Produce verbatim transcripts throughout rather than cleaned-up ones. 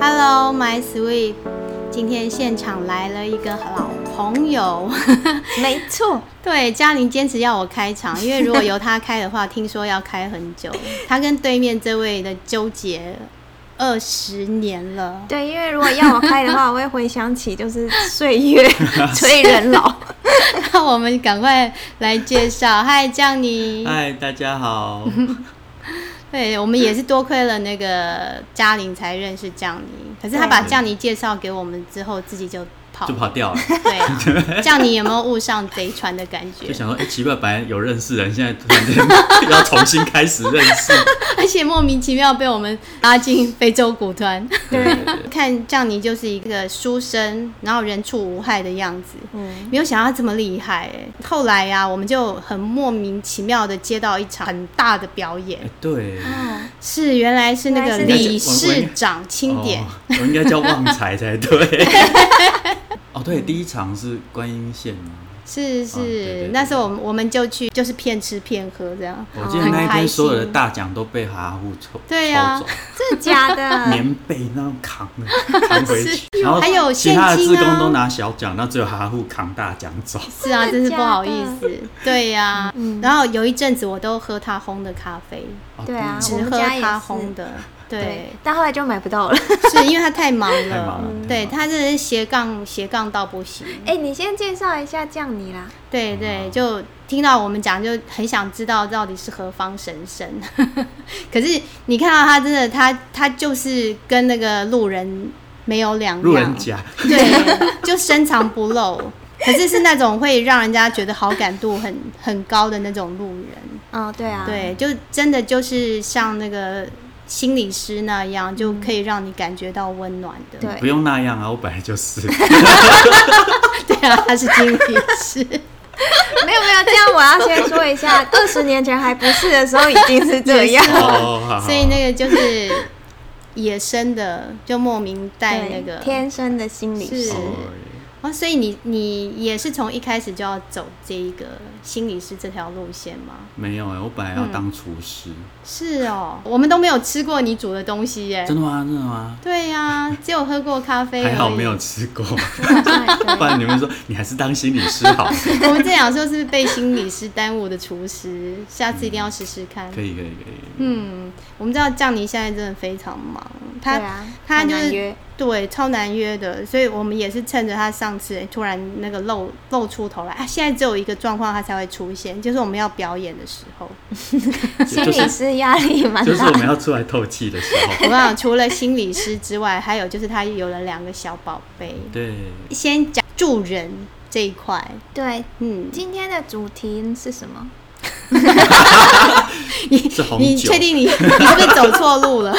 Hello, my sweet， 今天现场来了一个老朋友， 没错， 对，嘉玲坚持要我开场，因为如果由他开的话，听说要开很久。他跟对面这位的纠结二十年了。 对，因为如果要我开的话，我会回想起就是岁月催人老。 那我们赶快来介绍，嗨，酱妮。 嗨，大家好。 对，我们也是多亏了那个嘉玲才认识酱妮，可是他把酱妮介绍给我们之后，自己就跑就跑掉了。 对，酱妮有没有误上贼船的感觉？ 就想说，哎、欸，奇怪，本来有认识人，现在突然间要重新开始认识， 而且莫名其妙被我们拉进非洲鼓团。 对， 看酱妮就是一个书生，然后人畜无害的样子，嗯，没有想到他这么厉害哎。后来呀、啊，我们就很莫名其妙的接到一场很大的表演， 欸、对、 哦，是原来是那个理事长钦点， 哦、我应该叫旺财才对。哦，对，第一场是观音线吗？ 是是、哦， 对对对对， 那时候我们我们就去，就是骗吃骗喝这样。 我记得那一天所有的大奖都被哈户抽， 对呀、啊， 真的假的？ 棉被那样扛的，扛回去，然后还有其他的志工都拿小奖，那只有哈户扛大奖走。 是啊，真是不好意思。对呀、啊嗯，然后有一阵子我都喝他烘的咖啡， 对啊， 只喝他烘的。对, 对，但后来就买不到了， 是因为他太忙了。 太忙了， 对，他真的是斜杠斜杠到不行。 哎、欸，你先介绍一下酱妮啦。 对对，就听到我们讲，就很想知道到底是何方神圣。可是你看到他，真的，他他就是跟那个路人没有两样， 路人甲， 对，就深藏不露。可是是那种会让人家觉得好感度很很高的那种路人。 哦，对啊， 对，就真的就是像那个心理师那样，就可以让你感觉到温暖的。 对， 不用那样啊，我本来就是。 对啊，他是心理师。 没有没有，这样我要先说一下，二十年前还不是的时候已经是这样。 哦、 所以那个就是野生的，就莫名带那个天生的心理师。 哦，所以你你也是从一开始就要走这一个心理师这条路线吗？ 没有哎、欸，我本来要当厨师、嗯。 是哦，我们都没有吃过你煮的东西耶。 真的吗？真的吗？ 对呀、啊，只有喝过咖啡而已。 还好没有吃过，不然你们说你还是当心理师好。 我们这两说是不是被心理师耽误的厨师，下次一定要试试看、 嗯。可以可以可以。 嗯，我们知道酱妮现在真的非常忙，他、 啊、 他就是对超难约的，所以我们也是趁着他上次、欸、突然那个露露出头来啊，现在只有一个状况他才会出现，就是我们要表演的时候。 心理师压力蛮大， 就是我们要出来透气的时候。 我跟你讲，除了心理师之外，还有就是他有了两个小宝贝。 对， 先讲助人这一块。 对， 嗯， 今天的主题是什么？ 你是红酒。 你确定你你是不是走错路了？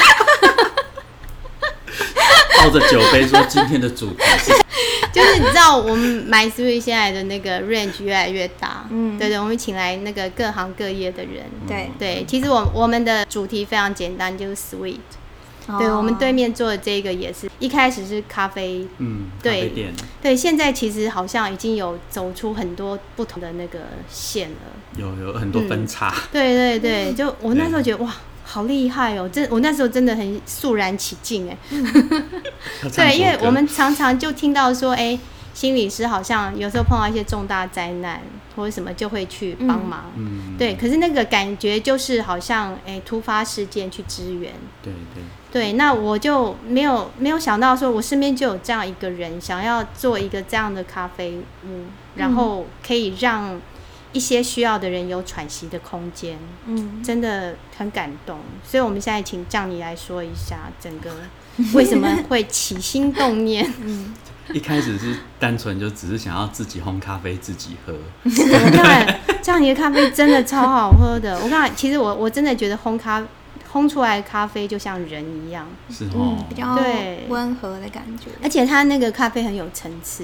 抱着酒杯说今天的主题是， 就是你知道我们My Sweet现在的那个 range 越来越大， 嗯， 对对，我们请来那个各行各业的人， 对对，其实我我们的主题非常简单，就是 sweet。 哦、 对，我们对面做的这个也是一开始是咖啡， 嗯， 对， 咖啡店， 对，现在其实好像已经有走出很多不同的那个线了， 有有很多分叉， 嗯、对对对，就我那时候觉得哇。好厉害哦！真，我那时候真的很肃然起敬哎。对，因为我们常常就听到说，哎、欸，心理师好像有时候碰到一些重大灾难或者什么，就会去帮忙。嗯，对。可是那个感觉就是好像，哎、欸，突发事件去支援。 对对。 对，那我就没有没有想到说，我身边就有这样一个人，想要做一个这样的咖啡屋，然后可以让一些需要的人有喘息的空间，嗯，真的很感动。所以我们现在请酱妮来说一下整个为什么会起心动念。嗯， 一开始是单纯就只是想要自己烘咖啡自己喝。 对，酱妮的咖啡真的超好喝的。我刚才其实我我真的觉得烘咖烘出来的咖啡就像人一样， 是哦， 嗯，比较温和的感觉。 而且它那个咖啡很有层次。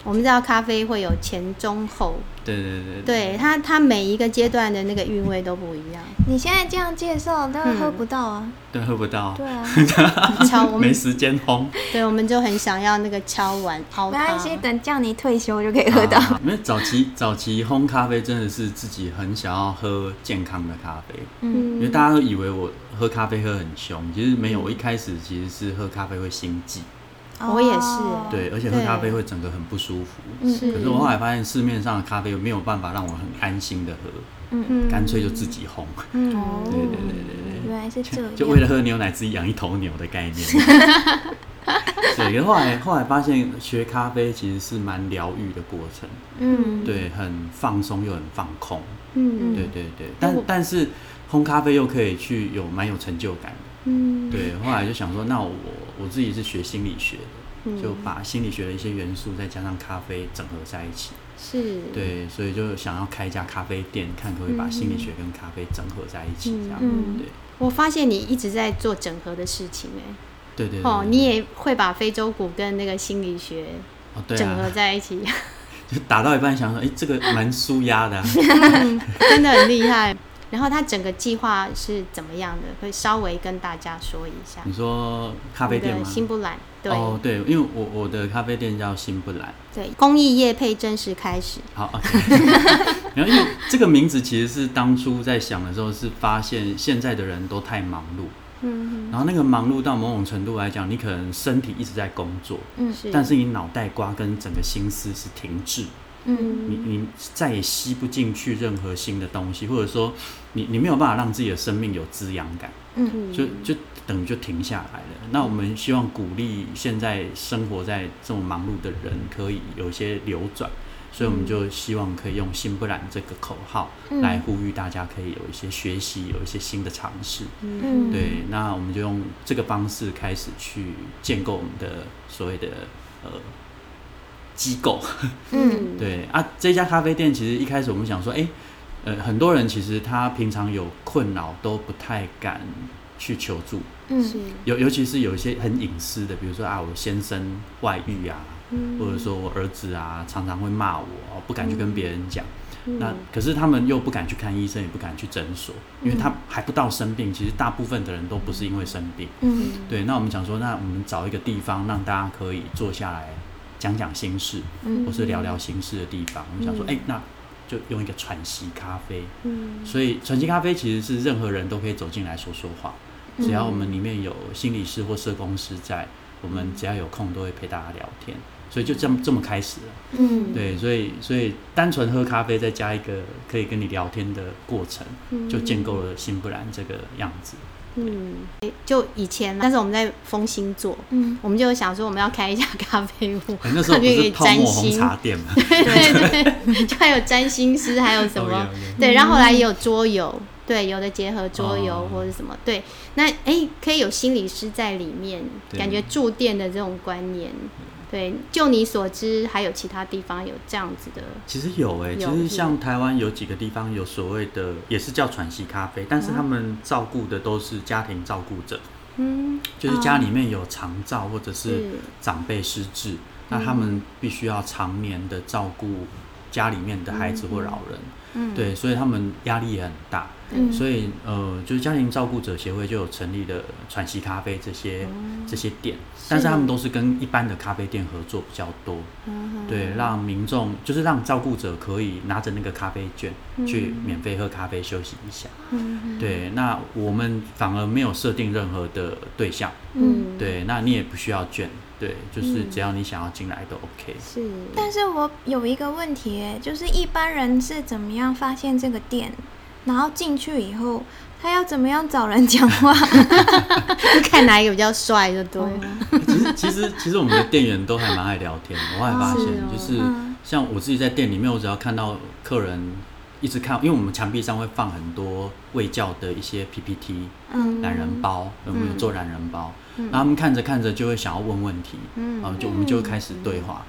我们知道咖啡会有前中后， 对对对对它它每一个阶段的那个韵味都不一样。 你现在这样介绍，当然喝不到啊。 对，喝不到。 对啊， 敲我们没时间烘。 对，我们就很想要那个敲完熬它。 没关系，等叫你退休就可以喝到。 啊、因为早期早期烘咖啡真的是自己很想要喝健康的咖啡，嗯，因为大家都以为我喝咖啡喝很凶，其实没有，我一开始其实是喝咖啡会心悸。 我也是， 对，而且喝咖啡会整个很不舒服。 是， 可是我后来发现市面上的咖啡没有办法让我很安心的喝，嗯，干脆就自己烘。嗯，对对对对对， 原来是这样， 就为了喝牛奶自己养一头牛的概念。对，可后来后来发现学咖啡其实是蛮疗愈的过程，嗯，对，很放松又很放空，嗯，对对对，但但是烘咖啡又可以去有蛮有成就感的。嗯，对，后来就想说，那我我自己是学心理学的，嗯、就把心理学的一些元素再加上咖啡整合在一起。 是， 对，所以就想要开一家咖啡店，看可不可以把心理学跟咖啡整合在一起，这样。嗯，对。 我发现你一直在做整合的事情，哎。 对对 对, 對。 哦，你也会把非洲鼓跟那个心理学整合在一起。哦啊、就打到一半想说，哎、欸，这个蛮舒压的、啊嗯，真的很厉害。然后它整个计划是怎么样的？会稍微跟大家说一下。 你说咖啡店吗？ 新不兰，对。 哦，对，因为我我的咖啡店叫新不兰。 对，公益业配正式开始。 好 ，OK 。然后因为这个名字其实是当初在想的时候，是发现现在的人都太忙碌。嗯。然后那个忙碌到某种程度来讲，你可能身体一直在工作，嗯，是，但是你脑袋瓜跟整个心思是停滞。嗯，你你再也吸不进去任何新的东西，或者说你你没有办法让自己的生命有滋养感，嗯，就就等于就停下来了。那我们希望鼓励现在生活在这种忙碌的人可以有一些流转，所以我们就希望可以用新不染这个口号来呼吁大家可以有一些学习，有一些新的尝试。嗯，对，那我们就用这个方式开始去建构我们的所谓的呃。机构，嗯，对啊，这家咖啡店其实一开始我们想说，哎、欸，呃，很多人其实他平常有困扰都不太敢去求助，嗯，尤尤其是有一些很隐私的，比如说啊，我先生外遇啊，嗯、或者说我儿子啊常常会骂我，不敢去跟别人讲。嗯、那可是他们又不敢去看医生，也不敢去诊所，因为他还不到生病。其实大部分的人都不是因为生病，嗯，对。那我们想说，那我们找一个地方让大家可以坐下来。讲讲心事，嗯、或是聊聊心事的地方，我们想说，哎、嗯欸，那就用一个喘息咖啡。嗯，所以喘息咖啡其实是任何人都可以走进来说说话，只要我们里面有心理师或社工师在，我们只要有空都会陪大家聊天，所以就这么这么开始了。嗯，对，所以所以单纯喝咖啡再加一个可以跟你聊天的过程，就建构了新不然这个样子。 嗯，就以前，但是我们在丰兴做，嗯，我们就想说我们要开一家咖啡屋， 欸、那时候不是泡沫红茶店嘛， 对对对，就还有占星师，还有什么， oh, yeah, yeah. 对，然后后来也有桌游，对，有的结合桌游或者什么，对，那哎、欸、可以有心理师在里面，感觉驻店的这种观念。对，就你所知，还有其他地方有这样子的？ 其实有诶、欸，其实像台湾有几个地方有所谓的，也是叫喘息咖啡，但是他们照顾的都是家庭照顾者，嗯，就是家里面有长照或者是长辈失智，那他们必须要常年的照顾家里面的孩子或老人，嗯，对，所以他们压力也很大。嗯、所以呃，就是家庭照顾者协会就有成立了喘息咖啡这些、嗯、这些店，但是他们都是跟一般的咖啡店合作比较多，嗯、对，让民众就是让照顾者可以拿着那个咖啡券、嗯、去免费喝咖啡休息一下，嗯、对，那我们反而没有设定任何的对象，嗯、对，那你也不需要券。对，就是只要你想要进来都 OK。 是，但是我有一个问题，就是一般人是怎么样发现这个店，然后进去以后，他要怎么样找人讲话？ 看哪一个比较帅就对了。 其实其实其实我们的店员都还蛮爱聊天的，我还发现、哦、就是像我自己在店里面，我只要看到客人一直看，因为我们墙壁上会放很多卫教的一些 P P T， 嗯，懒人包，我们有做懒人包。嗯、然后他们看着看着就会想要问问题，嗯，然后就我们就会开始对话，嗯、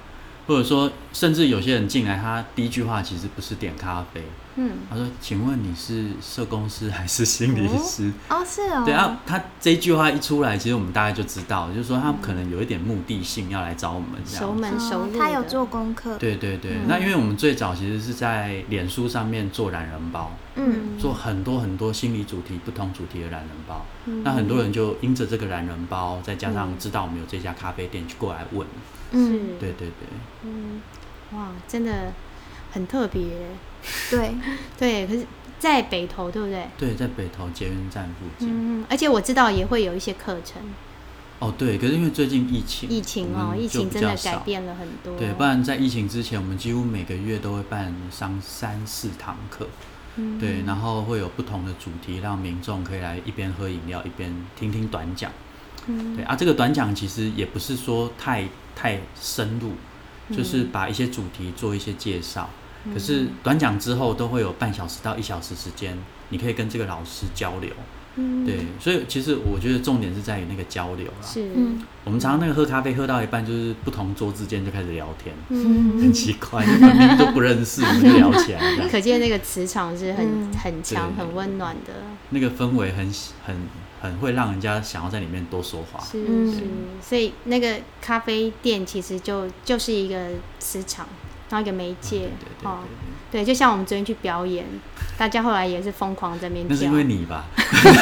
或者说甚至有些人进来，他第一句话其实不是点咖啡，嗯，他说请问你是社工师还是心理师？ 哦，哦是哦， 对啊，他这一句话一出来，其实我们大概就知道，就是说他可能有一点目的性要来找我们这样， 熟门熟路、 哦，他有做功课。 对对对、嗯，那因为我们最早其实是在脸书上面做懒人包，嗯，做很多很多心理主题、不同主题的懒人包，嗯、那很多人就因着这个懒人包，再加上知道我们有这家咖啡店，就过来问，嗯，对对对， 嗯，哇，真的很特别， 对对，可是。在北投对不对？ 对，在北投捷运站附近。 嗯，而且我知道也会有一些课程。 哦，对，可是因为最近疫情， 疫情哦，疫情真的改变了很多。 对，不然在疫情之前，我们几乎每个月都会办上三四堂课。嗯，对，然后会有不同的主题，让民众可以来一边喝饮料，一边听听短讲。嗯，对啊，这个短讲其实也不是说太太深入，就是把一些主题做一些介绍。可是短讲之后都会有半小时到一小时时间，你可以跟这个老师交流。嗯，对，所以其实我觉得重点是在于那个交流啦。 是， 我们常常那个喝咖啡喝到一半，就是不同桌之间就开始聊天，嗯，很奇怪，明明都不认识，我们就聊起来了。 可见那个磁场是很、嗯、很强、很温暖的。 那个氛围很很很会让人家想要在里面多说话。 是是，所以那个咖啡店其实就就是一个磁场。然后一个媒介，嗯、对, 对, 对, 对, 对, 对, 对，就像我们昨天去表演，大家后来也是疯狂在那边叫。 那是因为你吧？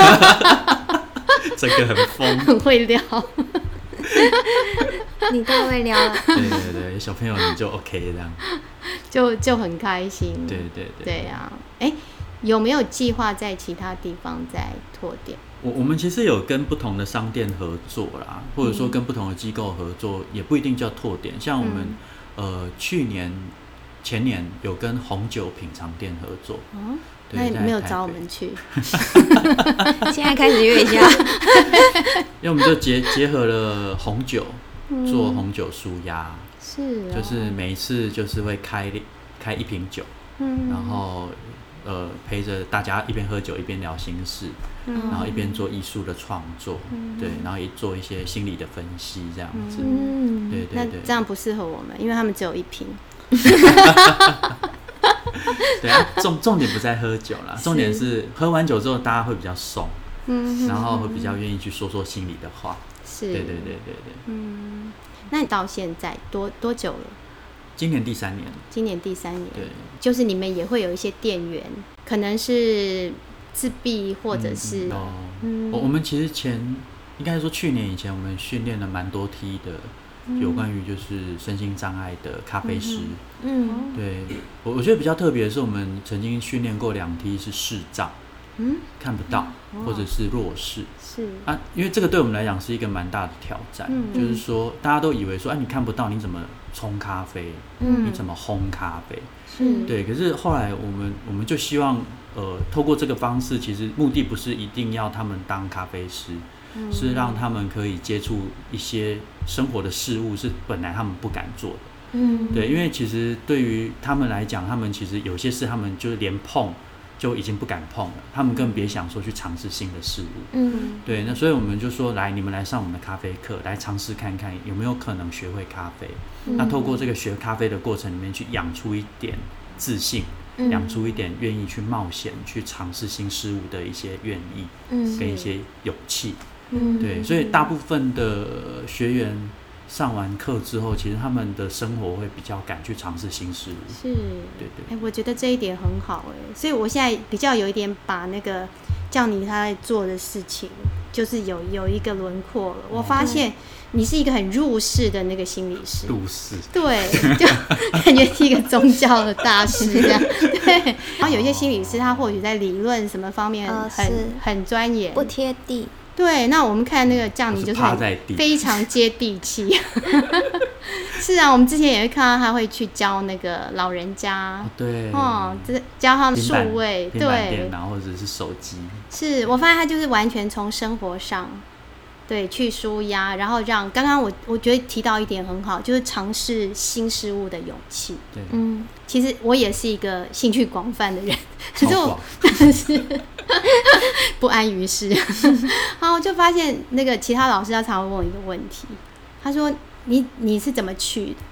这个很疯， 很会聊。 你太会聊了。 对对对，小朋友你就 OK 这样， 就就很开心。 对对对。 对啊，哎，有没有计划在其他地方再拓店？ 我我们其实有跟不同的商店合作啦，或者说跟不同的机构合作，嗯、也不一定叫拓店，像我们。嗯呃，去年、前年有跟红酒品尝店合作， 嗯，那你没有找我们去？ 现在开始约一下， 因为我们就结结合了红酒，嗯、做红酒舒压， 是、哦， 就是每一次就是会开开一瓶酒，嗯，然后呃陪着大家一边喝酒一边聊心事，嗯、然后一边做艺术的创作，嗯、对，然后也做一些心理的分析这样子，嗯，对对对， 那这样不适合我们，因为他们只有一瓶。 对啊，重重点不在喝酒啦，重点是喝完酒之后大家会比较松，嗯，然后会比较愿意去说说心里的话， 是， 对对对对对， 嗯，那你到现在多多久了？ 今年第三年。今年第三年， 对， 就是你们也会有一些店员，可能是自闭或者是，嗯， 哦嗯、我们其实前应该说去年以前，我们训练了蛮多梯的。有关于就是身心障碍的咖啡师，嗯，对我我觉得比较特别的是，我们曾经训练过两梯是视障，嗯，看不到、嗯、或者是弱视， 是啊，因为这个对我们来讲是一个蛮大的挑战，嗯、就是说大家都以为说，哎、啊，你看不到，你怎么冲咖啡？嗯，你怎么烘咖啡？是，对，可是后来我们我们就希望，呃，透过这个方式，其实目的不是一定要他们当咖啡师。是让他们可以接触一些生活的事物，是本来他们不敢做的。嗯，对，因为其实对于他们来讲，他们其实有些事他们就是连碰就已经不敢碰了，他们更别想说去尝试新的事物。嗯，对，那所以我们就说，来，你们来上我们的咖啡课，来尝试看看有没有可能学会咖啡。嗯、那透过这个学咖啡的过程里面，去养出一点自信。养出一点愿意去冒险、去尝试新事物的一些愿意，嗯，跟一些勇气。嗯，对，所以大部分的学员上完课之后，其实他们的生活会比较敢去尝试新事物。 是， 对对。 哎、欸，我觉得这一点很好哎、欸，所以我现在比较有一点把那个叫你他在做的事情，就是有有一个轮廓了。我发现你是一个很入世的那个心理师。 入世。 对，就感觉是一个宗教的大师这样。对，然后有一些心理师，他或许在理论什么方面很、呃、很钻研， 不贴地。 对，那我们看那个叫你就是非常接地气。是啊，我们之前也会看到他会去教那个老人家， 哦、对， 哦，教他们数位， 对，电脑或者是手机。 是我发现他就是完全从生活上，对，去抒压，然后让刚刚我我觉得提到一点很好，就是尝试新事物的勇气。 对， 嗯，其实我也是一个兴趣广泛的人，可是我但是不安于世。然后我就发现那个其他老师他常常问我一个问题，他说你你是怎么去的？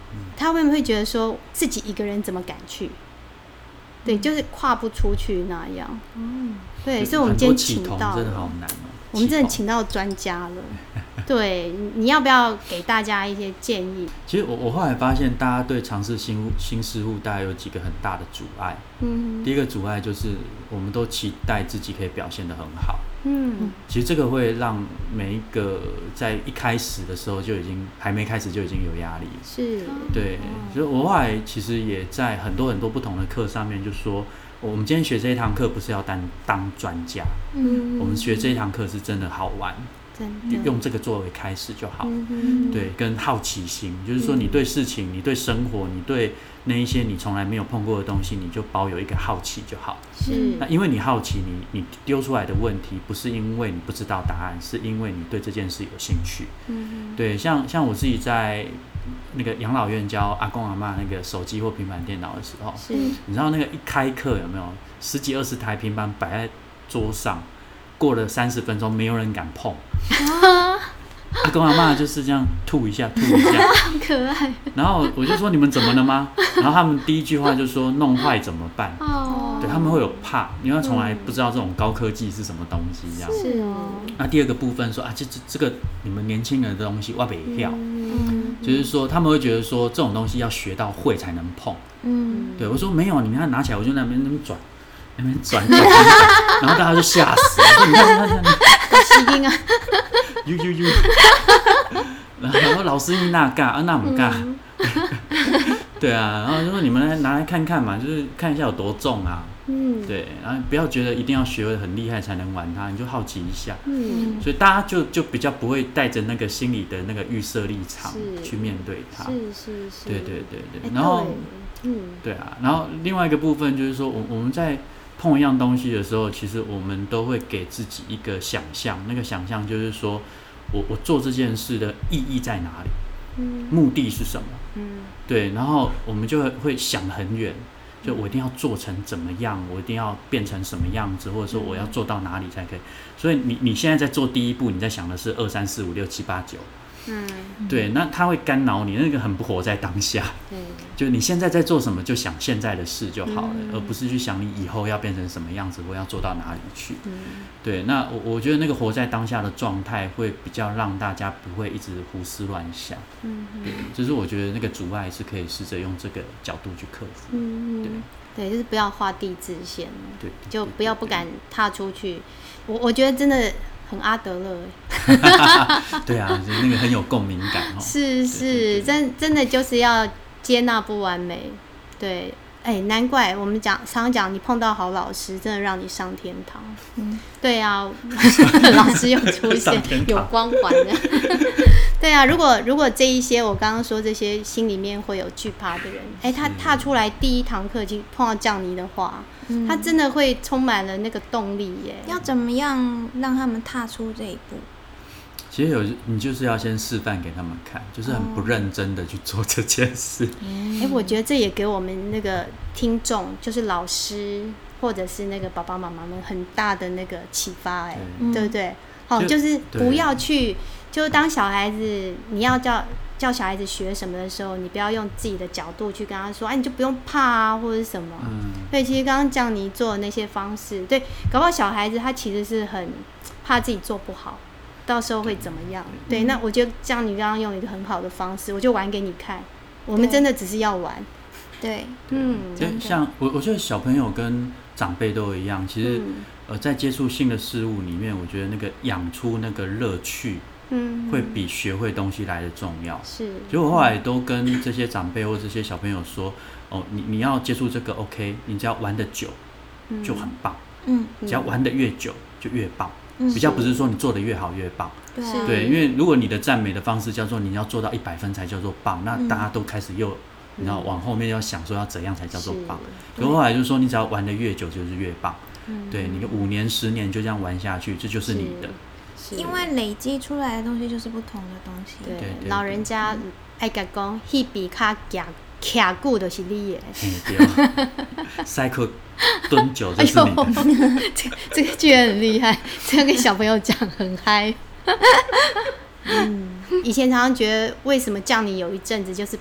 他会不会觉得说自己一个人怎么敢去？对，就是跨不出去那样。嗯，对，所以我们今天请到真的好难哦。 我们真的请到专家了。对，你要不要给大家一些建议？ 其实我我后来发现，大家对尝试新新事物，大概有几个很大的阻碍。嗯，第一个阻碍就是我们都期待自己可以表现得很好。嗯，其实这个会让每一个在一开始的时候就已经还没开始就已经有压力。 是， 对，所以我后来其实也在很多很多不同的课上面就说，我们今天学这一堂课不是要当当专家，嗯，我们学这一堂课是真的好玩。用这个作为开始就好，嗯、对，跟好奇心，就是说你对事情、你对生活、你对那一些你从来没有碰过的东西，你就保有一个好奇就好。是，那因为你好奇，你你丢出来的问题不是因为你不知道答案，是因为你对这件事有兴趣。嗯，对，像像我自己在那个养老院教阿公阿嬷那个手机或平板电脑的时候，是，你知道那个一开课有没有十几二十台平板摆在桌上？过了三十分钟，没有人敢碰。阿公阿嬷就是这样吐一下，吐一下， 好可爱。 然后我就说：“你们怎么了吗？”然后他们第一句话就说：“弄坏怎么办？”哦，对，他们会有怕，因为他从来不知道这种高科技是什么东西，这样。是哦。那第二个部分说啊，这这这个你们年轻人的东西，我不要。嗯。就是说，他们会觉得说，这种东西要学到会才能碰。嗯。对，我说没有，你看拿起来，我就在那边那边转。那边转转，然后大家就吓死了。你看，你看， 好吸音啊！ 呦呦呦！然后老师你哪干啊？那不干？对啊，然后就说你们来拿来看看嘛，就是看一下有多重啊。嗯，对，然后不要觉得一定要学得很厉害才能玩它，你就好奇一下。嗯，所以大家就就比较不会带着那个心理的那个预设立场去面对它。是是是。对对对对，然后，嗯，对啊，然后另外一个部分就是说，我我们在碰一样东西的时候，其实我们都会给自己一个想象，那个想象就是说我我做这件事的意义在哪里，嗯，目的是什么，嗯，对，然后我们就会想很远，就我一定要做成怎么样，我一定要变成什么样子，或者说我要做到哪里才可以。所以你你现在在做第一步，你在想的是二三四五六七八九。嗯，对，那它会干扰你，那个很不活在当下。嗯，就你现在在做什么，就想现在的事就好了，嗯、而不是去想你以后要变成什么样子，或要做到哪里去。嗯，对，那我我觉得那个活在当下的状态，会比较让大家不会一直胡思乱想。嗯，对，就是我觉得那个阻碍是可以试着用这个角度去克服。嗯，对， 对，就是不要画地自限。对，就不要不敢踏出去。我我觉得真的。很阿德勒对啊，那个很有共鸣感哦。 是是，真真的就是要接纳不完美。对，哎、欸，难怪我们讲常讲，你碰到好老师，真的让你上天堂。嗯，对啊，老师又出现，有光环的。对啊，如果如果这一些我刚刚说这些心里面会有惧怕的人，哎、欸，他踏出来第一堂课就碰到降尼的话。嗯、他真的会充满了那个动力耶！ 要怎么样让他们踏出这一步？ 其实有你就是要先示范给他们看，就是很不认真的去做这件事。哎、 嗯欸，我觉得这也给我们那个听众，就是老师或者是那个爸爸妈妈们很大的那个启发，哎，对不对？好、哦，就是不要去，就是当小孩子你要叫。叫小孩子学什么的时候，你不要用自己的角度去跟他说，哎、啊，你就不用怕啊，或者是什么。嗯。对，其实刚刚讲你做的那些方式，对，搞不好小孩子他其实是很怕自己做不好，到时候会怎么样？对，嗯、那我觉得像你刚刚用一个很好的方式，我就玩给你看。我们真的只是要玩。对， 嗯。 就像我，我觉得小朋友跟长辈都一样，其实、嗯、呃，在接触新的事物里面，我觉得那个养出那个乐趣。嗯，会比学会东西来的重要。是，所以我后来都跟这些长辈或这些小朋友说，哦，你你要接触这个 OK， 你只要玩得久，就很棒。嗯，只要玩得越久就越棒。嗯，比较不是说你做得越好越棒。对，对，因为如果你的赞美的方式叫做你要做到一百分才叫做棒，那大家都开始又，你知道往后面要想说要怎样才叫做棒。所以后来就说，你只要玩得越久就是越棒。嗯，对，你五年十年就这样玩下去，这就是你的。 因为累积出来的东西就是不同的东西。 对，对对对，老人家爱甲讲，迄比较夹卡久就是你的。 对，塞克蹲久就是你的。 哎、这这个居然很厉害，这样跟小朋友讲很嗨。嗯，以前常常觉得为什么降尼有一阵子就是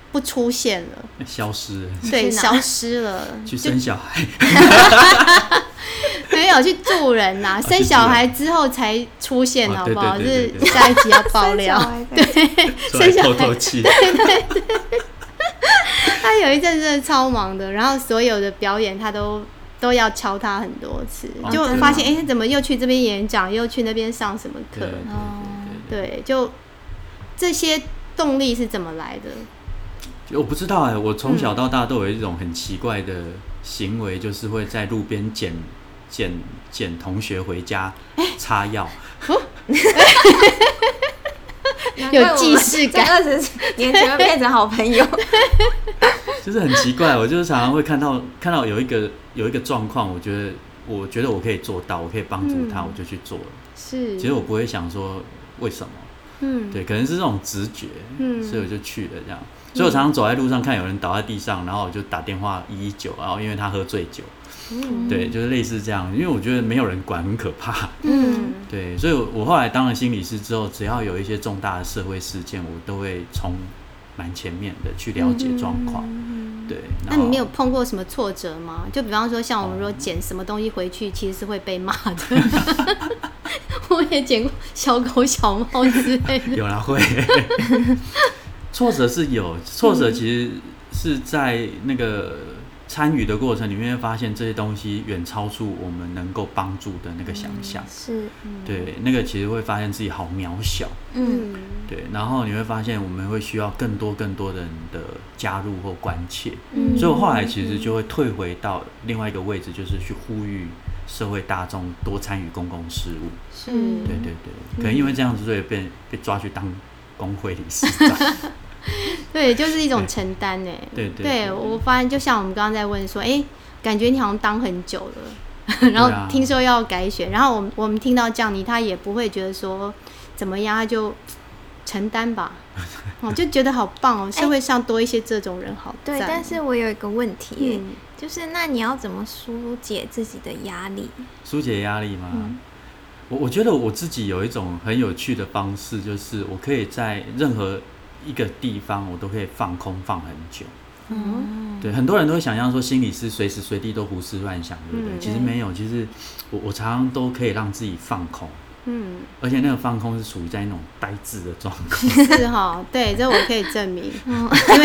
不出现了， 消失了， 对，消失了， 去生小孩。 没有去助人呐、啊，生小孩之后才出现，好不好？ 哦、对对对对对， 是下一集要爆料。对，生小孩， 透透气。 对对对。他有一阵真的超忙的，然后所有的表演他都都要敲他很多次，哦、就发现哎、欸，怎么又去这边演讲，又去那边上什么课？对，就这些动力是怎么来的？ 我不知道哎、欸，我从小到大都有一种很奇怪的行为，就是会在路边捡捡捡同学回家擦药。 有既视感， 在二十年前会变成好朋友。 就是很奇怪，我就是常常会看到看到有一个有一个状况，我觉得我觉得我可以做到，我可以帮助他，嗯、我就去做了。是，其实我不会想说为什么，嗯，对，可能是这种直觉，嗯，所以我就去了这样。所以我常常走在路上看有人倒在地上，然后我就打电话一一九，然后因为他喝醉酒。嗯、对，就是类似这样，因为我觉得没有人管很可怕。嗯，对，所以我后来当了心理师之后，只要有一些重大的社会事件，我都会从蛮前面的去了解状况。嗯、对， 那你没有碰过什么挫折吗？就比方说，像我们说捡什么东西回去，其实是会被骂的。我也捡过小狗、小猫之类的。 有啦，会。挫折是有，挫折其实是在那个参与的过程里面，会发现这些东西远超出我们能够帮助的那个想象。嗯、是，嗯、对，那个其实会发现自己好渺小。嗯，对，然后你会发现我们会需要更多更多人的加入或关切。嗯，所以我后来其实就会退回到另外一个位置，就是去呼吁社会大众多参与公共事务。是，对对对，可能因为这样子，所以被被抓去当工会理事长。 对，就是一种承担呢。对对，对，我发现就像我们刚刚在问说，哎、欸，感觉你好像当很久了，然后听说要改选，然后我们我们听到这样，你他也不会觉得说怎么样，他就承担吧，我就觉得好棒哦，社会上多一些这种人好赞。 对，但是我有一个问题、嗯，就是那你要怎么疏解自己的压力？ 疏解压力吗？嗯、我我觉得我自己有一种很有趣的方式，就是我可以在任何一个地方我都可以放空放很久。嗯，对，很多人都会想象说心理师随时随地都胡思乱想，对不对？嗯、其实没有，其实我我常常都可以让自己放空。嗯，而且那个放空是处于在那种呆滞的状况。 是哈，对，这我可以证明，嗯、因为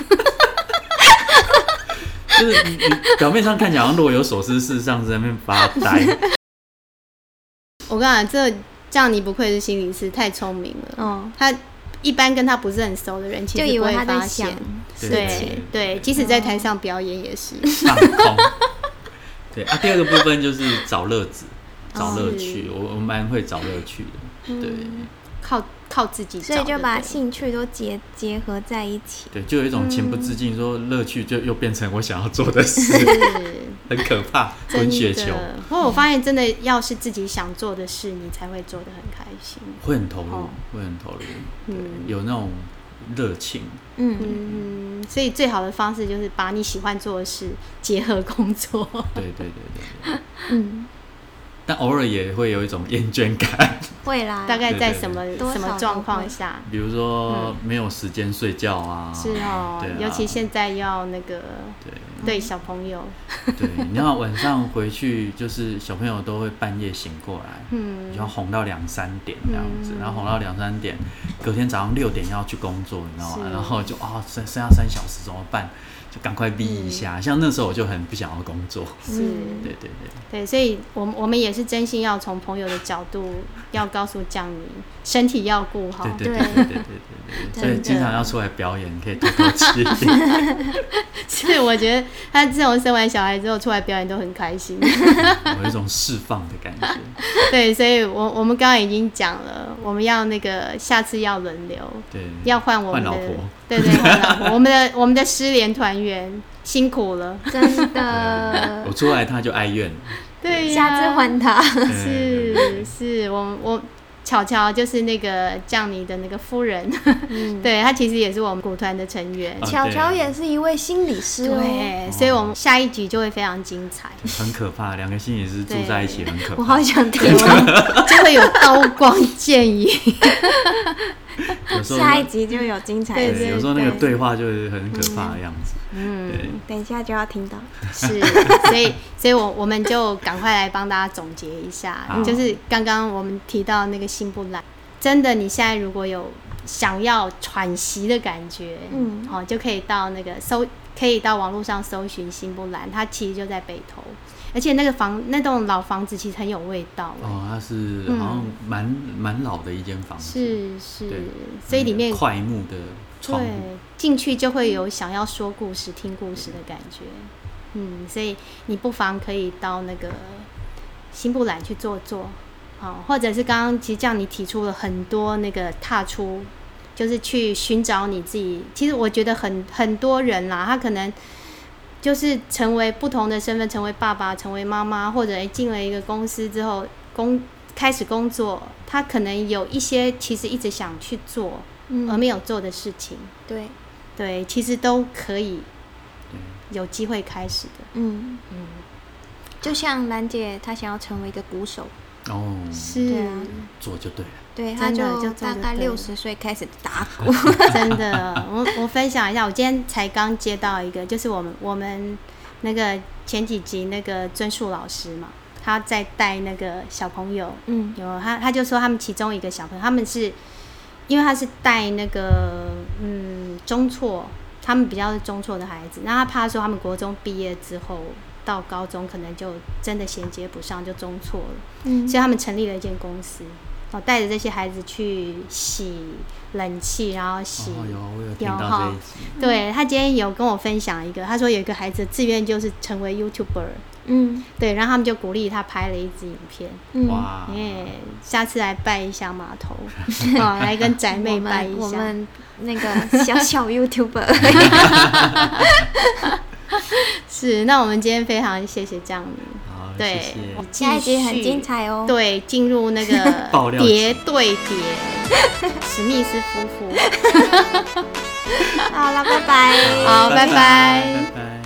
就是你你表面上看起来好像若有所思，事实上在那边发呆。 我跟你讲，这这样你不愧是心理师，太聪明了。嗯，他。一般跟他不是很熟的人，其实不会发现。 对对, 對, 對，即使在台上表演也是。 放空。对啊，第二个部分就是找乐子，找乐趣。我我蛮会找乐趣的，对。 嗯、靠靠自己找， 所以就把兴趣都结结合在一起。 对，就有一种情不自禁，说乐趣就又变成我想要做的事，很可怕，滚雪球。 不过我发现，真的要是自己想做的事，你才会做得很开心， 会很投入，哦、会很投入，对，嗯、有那种热情。 嗯嗯，所以最好的方式就是把你喜欢做的事结合工作。 对对对对对，嗯。但偶尔也会有一种厌倦感， 会啦。 大概在什么对对对什么状况下？ 比如说没有时间睡觉啊， 是哦，对啊，尤其现在要那个对对小朋友， 对，你要晚上回去，就是小朋友都会半夜醒过来，嗯，你就要哄到两三点这样子，嗯、然后哄到两三点，隔天早上六点要去工作，你知道吗？然后就哦，剩剩下三小时怎么办？就赶快逼一下，嗯、像那时候我就很不想要工作。是，对对对对，所以我们我们也是真心要从朋友的角度，要告诉降宁，身体要顾好。 对对对对对对对，所以经常要出来表演，可以透透气。 所以我觉得他自从生完小孩之后出来表演都很开心， 有一种释放的感觉。 对，所以我我们刚刚已经讲了，我们要那个下次要轮流，对，要换我们的， 换老婆， 对对，换老婆，我们的我们的失联团员辛苦了， 真的。 我出来他就哀怨， 对呀， 下次换他。 是是，我我。巧巧就是那个降尼的那个夫人，嗯、对，她其实也是我们鼓团的成员。 巧巧也是一位心理师哦， 对，所以我们下一集就会非常精彩。 很可怕，两个心理师住在一起很可怕。 我好想听， 就会有刀光剑影。 有时候下一集就有精彩的。 对，有时候那个对话就是很可怕的样子。 嗯， 对， 等一下就要听到。 是，所以，所以我我们就赶快来帮大家总结一下，就是刚刚我们提到那个心不懒，真的，你现在如果有想要喘息的感觉，嗯，好、哦，就可以到那个搜，可以到网络上搜寻心不懒，它其实就在北投。而且那个房那栋老房子其实很有味道哦，它是好像蛮蛮、嗯、老的一间房子， 是是，所以里面块木的窗户， 对，进去就会有想要说故事、听故事的感觉，嗯，所以你不妨可以到那个心不懒去坐坐，哦，或者是刚刚其实这样你提出了很多那个踏出，就是去寻找你自己。其实我觉得很很多人啦，他可能。就是成为不同的身份，成为爸爸，成为妈妈，或者进了一个公司之后，工开始工作，他可能有一些其实一直想去做，嗯、而没有做的事情。 对， 对，其实都可以有机会开始的。嗯嗯， 就像兰姐，她想要成为一个鼓手。 哦， 是， 对啊， 做就对了。 对，他就大概六十岁开始打鼓。 真的，我我分享一下，我今天才刚接到一个，就是我们我们那个前几集那个尊树老师嘛，他在带那个小朋友，嗯，有他他就说他们其中一个小朋友，他们是因为他是带那个嗯中辍，他们比较是中辍的孩子，那他怕说他们国中毕业之后到高中可能就真的衔接不上，就中辍了，嗯，所以他们成立了一间公司。哦，带着这些孩子去洗冷气，然后洗， 哦，有我有听到这一集。 对，他今天有跟我分享一个，他说有一个孩子志愿就是成为 YouTuber， 嗯，对，然后他们就鼓励他拍了一支影片，嗯、哇，耶，下次来拜一下码头，哦，来跟宅妹拜一下， 我们, 我们那个小小 YouTuber， 是，那我们今天非常谢谢江明。对， 谢谢， 下一集很精彩哦。 对，进入那个叠对叠，史密斯夫妇。 好了，拜拜。 好，拜拜。 拜拜。